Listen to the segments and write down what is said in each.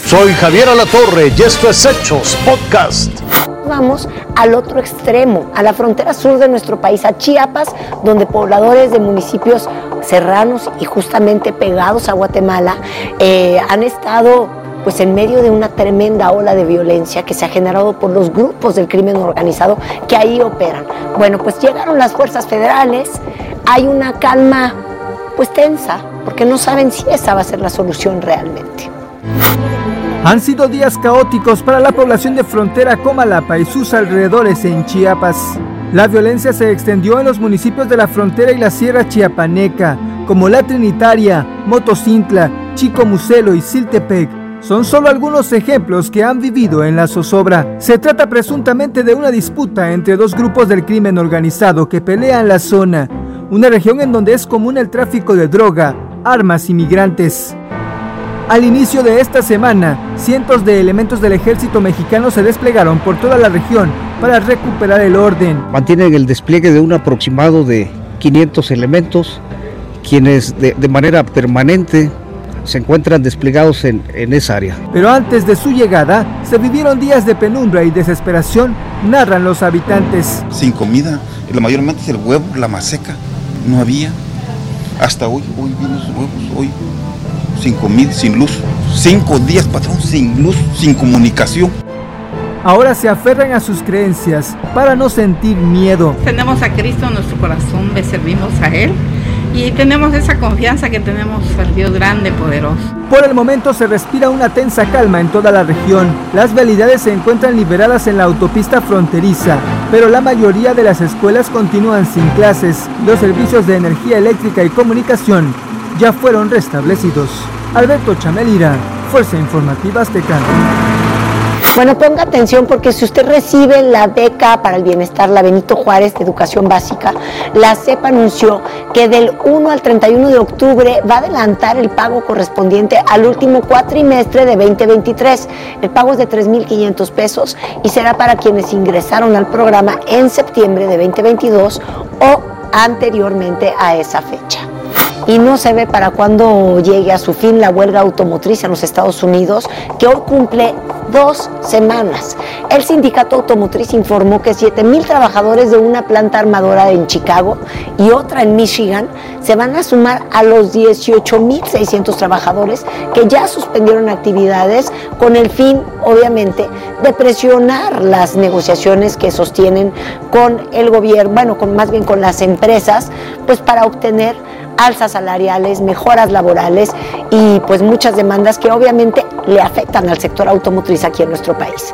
Soy Javier Alatorre y esto es Hechos Podcast. Vamos al otro extremo, a la frontera sur de nuestro país, a Chiapas, donde pobladores de municipios serranos y justamente pegados a Guatemala han estado pues en medio de una tremenda ola de violencia que se ha generado por los grupos del crimen organizado que ahí operan. Bueno, pues llegaron las fuerzas federales, hay una calma pues tensa, porque no saben si esa va a ser la solución realmente. Han sido días caóticos para la población de frontera Comalapa y sus alrededores en Chiapas. La violencia se extendió en los municipios de la frontera y la Sierra Chiapaneca, como La Trinitaria, Motocintla, Chicomucelo y Siltepec. Son solo algunos ejemplos que han vivido en la zozobra. Se trata presuntamente de una disputa entre dos grupos del crimen organizado que pelean la zona, una región en donde es común el tráfico de droga, armas y migrantes. Al inicio de esta semana, cientos de elementos del ejército mexicano se desplegaron por toda la región para recuperar el orden. Mantienen el despliegue de un aproximado de 500 elementos, quienes de manera permanente se encuentran desplegados en esa área. Pero antes de su llegada, se vivieron días de penumbra y desesperación, narran los habitantes. Sin comida, mayormente el huevo, la maseca, no había. Hasta hoy vienen los huevos, hoy sin comida, sin luz. 5 días, patrón, sin luz, sin comunicación. Ahora se aferran a sus creencias para no sentir miedo. Tenemos a Cristo en nuestro corazón, le servimos a Él y tenemos esa confianza que tenemos al Dios grande, poderoso. Por el momento se respira una tensa calma en toda la región. Las vialidades se encuentran liberadas en la autopista fronteriza, pero la mayoría de las escuelas continúan sin clases. Los servicios de energía eléctrica y comunicación ya fueron restablecidos. Alberto Chamelira, Fuerza Informativa Azteca. Bueno, ponga atención porque si usted recibe la beca para el bienestar, la Benito Juárez de Educación Básica, la SEP anunció que del 1 al 31 de octubre va a adelantar el pago correspondiente al último cuatrimestre de 2023. El pago es de 3,500 pesos y será para quienes ingresaron al programa en septiembre de 2022 o anteriormente a esa fecha. Y no se ve para cuándo llegue a su fin la huelga automotriz en los Estados Unidos, que hoy cumple 2 semanas. El sindicato automotriz informó que 7,000 trabajadores de una planta armadora en Chicago y otra en Michigan se van a sumar a los 18,600 trabajadores que ya suspendieron actividades con el fin, obviamente, de presionar las negociaciones que sostienen con el gobierno, más bien con las empresas, pues para obtener alzas salariales, mejoras laborales y pues muchas demandas que obviamente le afectan al sector automotriz aquí en nuestro país.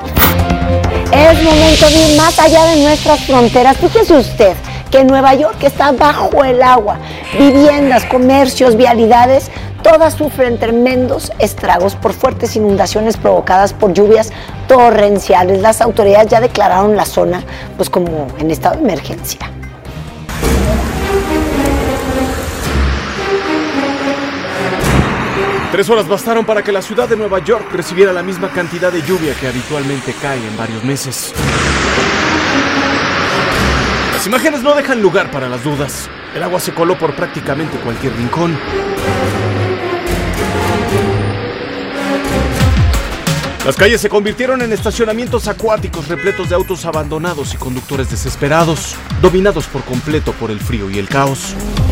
Es momento de ir más allá de nuestras fronteras. Fíjese usted que Nueva York está bajo el agua. Viviendas, comercios, vialidades, todas sufren tremendos estragos por fuertes inundaciones provocadas por lluvias torrenciales. Las autoridades ya declararon la zona pues como en estado de emergencia. Tres horas bastaron para que la ciudad de Nueva York recibiera la misma cantidad de lluvia que habitualmente cae en varios meses. Las imágenes no dejan lugar para las dudas. El agua se coló por prácticamente cualquier rincón. Las calles se convirtieron en estacionamientos acuáticos repletos de autos abandonados y conductores desesperados, dominados por completo por el frío y el caos.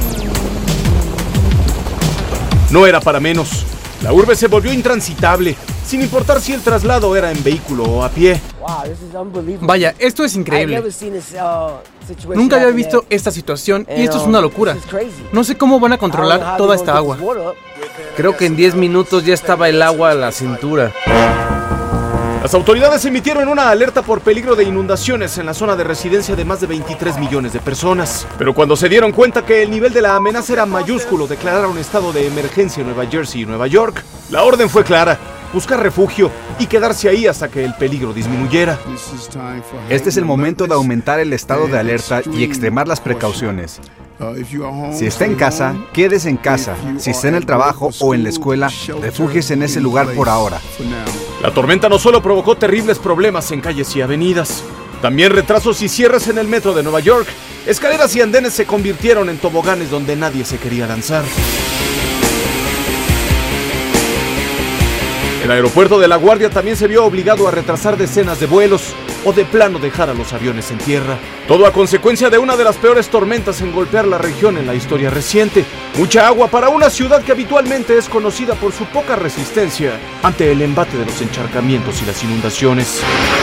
No era para menos. La urbe se volvió intransitable, sin importar si el traslado era en vehículo o a pie. Vaya, esto es increíble. Nunca había visto esta situación y esto es una locura. No sé cómo van a controlar toda esta agua. Creo que en 10 minutos ya estaba el agua a la cintura. Las autoridades emitieron una alerta por peligro de inundaciones en la zona de residencia de más de 23 millones de personas. Pero cuando se dieron cuenta que el nivel de la amenaza era mayúsculo, declararon estado de emergencia en Nueva Jersey y Nueva York. La orden fue clara: buscar refugio y quedarse ahí hasta que el peligro disminuyera. Este es el momento de aumentar el estado de alerta y extremar las precauciones. Si está en casa, quédese en casa. Si está en el trabajo o en la escuela, refúgiese en ese lugar por ahora. La tormenta no solo provocó terribles problemas en calles y avenidas, también retrasos y cierres en el metro de Nueva York. Escaleras y andenes se convirtieron en toboganes donde nadie se quería lanzar. El aeropuerto de La Guardia también se vio obligado a retrasar decenas de vuelos o de plano dejar a los aviones en tierra. Todo a consecuencia de una de las peores tormentas en golpear la región en la historia reciente. Mucha agua para una ciudad que habitualmente es conocida por su poca resistencia ante el embate de los encharcamientos y las inundaciones.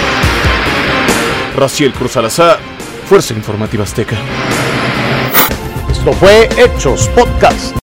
Raciel Cruz Salazar, Fuerza Informativa Azteca. Esto fue Hechos Podcast.